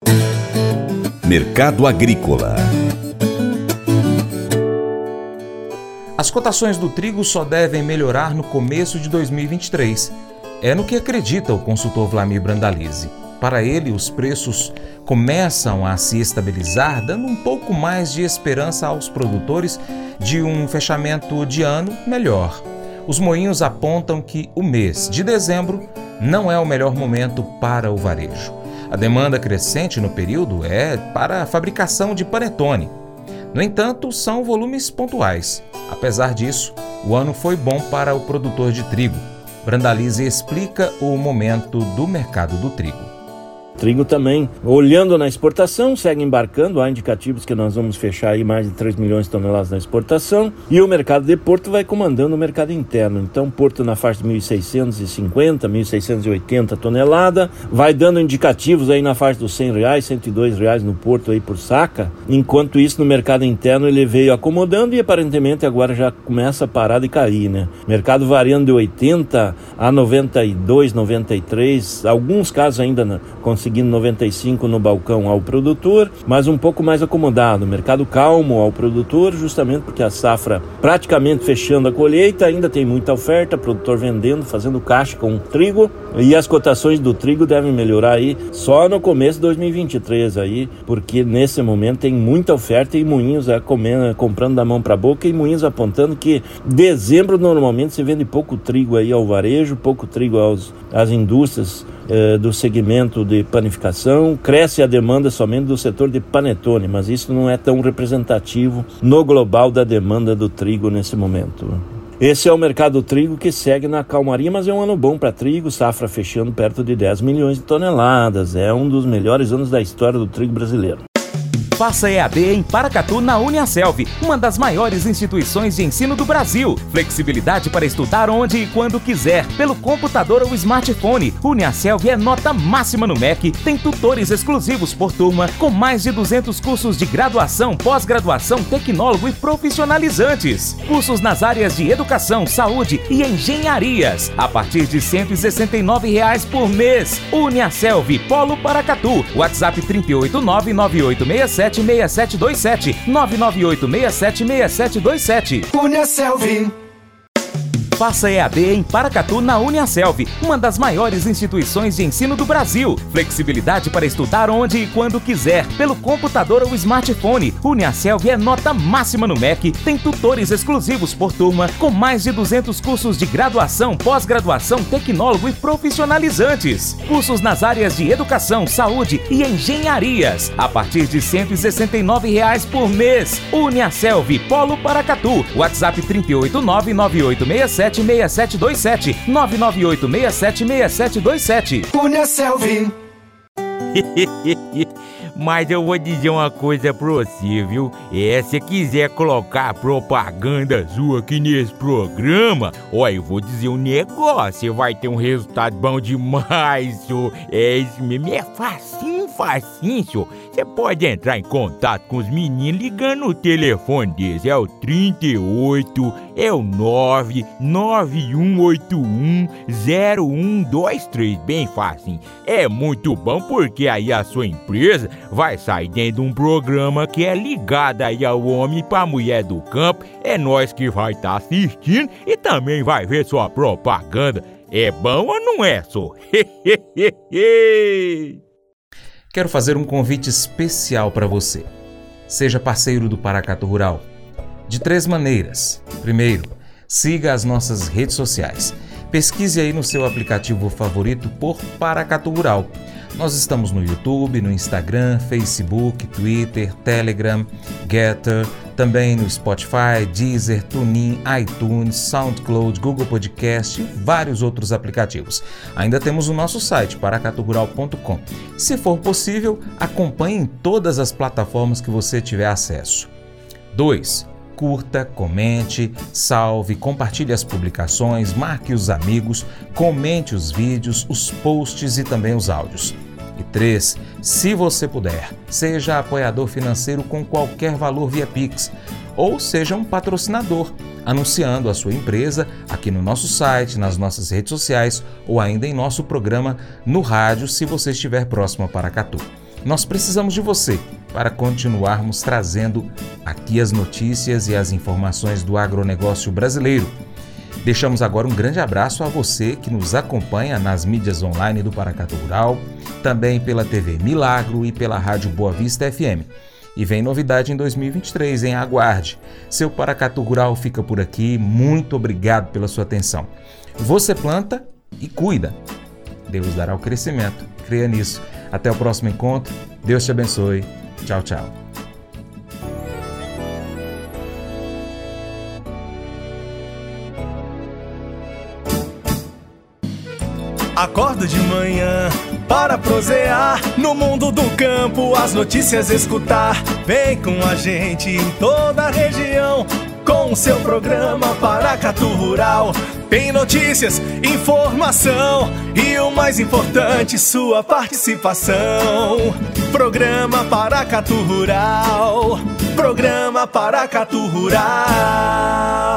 Mercado Agrícola. As cotações do trigo só devem melhorar no começo de 2023. É no que acredita o consultor Vlamir Brandalize. Para ele, os preços começam a se estabilizar, dando um pouco mais de esperança aos produtores de um fechamento de ano melhor. Os moinhos apontam que o mês de dezembro não é o melhor momento para o varejo. A demanda crescente no período é para a fabricação de panetone. No entanto, são volumes pontuais. Apesar disso, o ano foi bom para o produtor de trigo. Brandalize explica o momento do mercado do trigo. Trigo também, olhando na exportação, segue embarcando. Há indicativos que nós vamos fechar aí mais de 3 milhões de toneladas na exportação. E o mercado de Porto vai comandando o mercado interno. Então, Porto na faixa de 1.650, 1.680 tonelada. Vai dando indicativos aí na faixa dos R$100, R$102 no Porto aí por saca. Enquanto isso, no mercado interno, ele veio acomodando e aparentemente agora já começa a parar de cair, né? Mercado variando de 80 a 92, 93. Alguns casos ainda conseguindo 95 no balcão ao produtor, mas um pouco mais acomodado. Mercado calmo ao produtor, justamente porque a safra praticamente fechando a colheita, ainda tem muita oferta, produtor vendendo, fazendo caixa com trigo, e as cotações do trigo devem melhorar aí só no começo de 2023 aí, porque nesse momento tem muita oferta e moinhos comprando da mão para a boca e moinhos apontando que dezembro normalmente se vende pouco trigo aí ao varejo, pouco trigo às indústrias do segmento de panificação. Cresce a demanda somente do setor de panetone, mas isso não é tão representativo no global da demanda do trigo nesse momento. Esse é o mercado do trigo que segue na calmaria, mas é um ano bom para trigo, safra fechando perto de 10 milhões de toneladas. É um dos melhores anos da história do trigo brasileiro. Faça EAD em Paracatu na Uniaselv, uma das maiores instituições de ensino do Brasil. Flexibilidade para estudar onde e quando quiser, pelo computador ou smartphone. Uniaselv é nota máxima no MEC, tem tutores exclusivos por turma, com mais de 200 cursos de graduação, pós-graduação, tecnólogo e profissionalizantes. Cursos nas áreas de educação, saúde e engenharias, a partir de R$ 169 por mês. Uniaselv, Polo Paracatu, WhatsApp 3899867 6727 998676727. Uniaselv. Faça EAD em Paracatu na Uniaselv, uma das maiores instituições de ensino do Brasil. Flexibilidade para estudar onde e quando quiser, pelo computador ou smartphone. Uniaselv é nota máxima no MEC, tem tutores exclusivos por turma, com mais de 200 cursos de graduação, pós-graduação, tecnólogo e profissionalizantes. Cursos nas áreas de educação, saúde e engenharias, a partir de R$ 169 por mês. Uniaselv, Polo Paracatu, WhatsApp 38998676727 998676727. Uniaselv. Mas eu vou dizer uma coisa pra você, viu? Se quiser colocar propaganda sua aqui nesse programa, eu vou dizer um negócio, você vai ter um resultado bom demais, senhor. Isso mesmo, é facinho, senhor. Você pode entrar em contato com os meninos ligando o telefone deles, é o 38, é o 991810123, bem fácil. É muito bom porque aí a sua empresa vai sair dentro de um programa que é ligado aí ao homem pra mulher do campo. É nós que vai estar assistindo e também vai ver sua propaganda. É bom ou não é, só? Quero fazer um convite especial para você. Seja parceiro do Paracatu Rural. De 3 maneiras. Primeiro, siga as nossas redes sociais. Pesquise aí no seu aplicativo favorito por Paracatu Rural. Nós estamos no YouTube, no Instagram, Facebook, Twitter, Telegram, Getter, também no Spotify, Deezer, TuneIn, iTunes, SoundCloud, Google Podcast e vários outros aplicativos. Ainda temos o nosso site, paracaturural.com. Se for possível, acompanhe em todas as plataformas que você tiver acesso. 2. Curta, comente, salve, compartilhe as publicações, marque os amigos, comente os vídeos, os posts e também os áudios. E 3. Se você puder, seja apoiador financeiro com qualquer valor via Pix ou seja um patrocinador, anunciando a sua empresa aqui no nosso site, nas nossas redes sociais ou ainda em nosso programa no rádio se você estiver próximo a Paracatu. Nós precisamos de você para continuarmos trazendo aqui as notícias e as informações do agronegócio brasileiro. Deixamos agora um grande abraço a você que nos acompanha nas mídias online do Paracatu Rural, também pela TV Milagro e pela Rádio Boa Vista FM. E vem novidade em 2023, hein? Aguarde. Seu Paracatu Rural fica por aqui. Muito obrigado pela sua atenção. Você planta e cuida. Deus dará o crescimento. Creia nisso. Até o próximo encontro. Deus te abençoe. Tchau, tchau. Acordo de manhã para prosear no mundo do campo, as notícias escutar. Vem com a gente em toda a região com o seu programa Paracatu Rural. Tem notícias, informação e o mais importante, sua participação. Programa Paracatu Rural. Programa Paracatu Rural.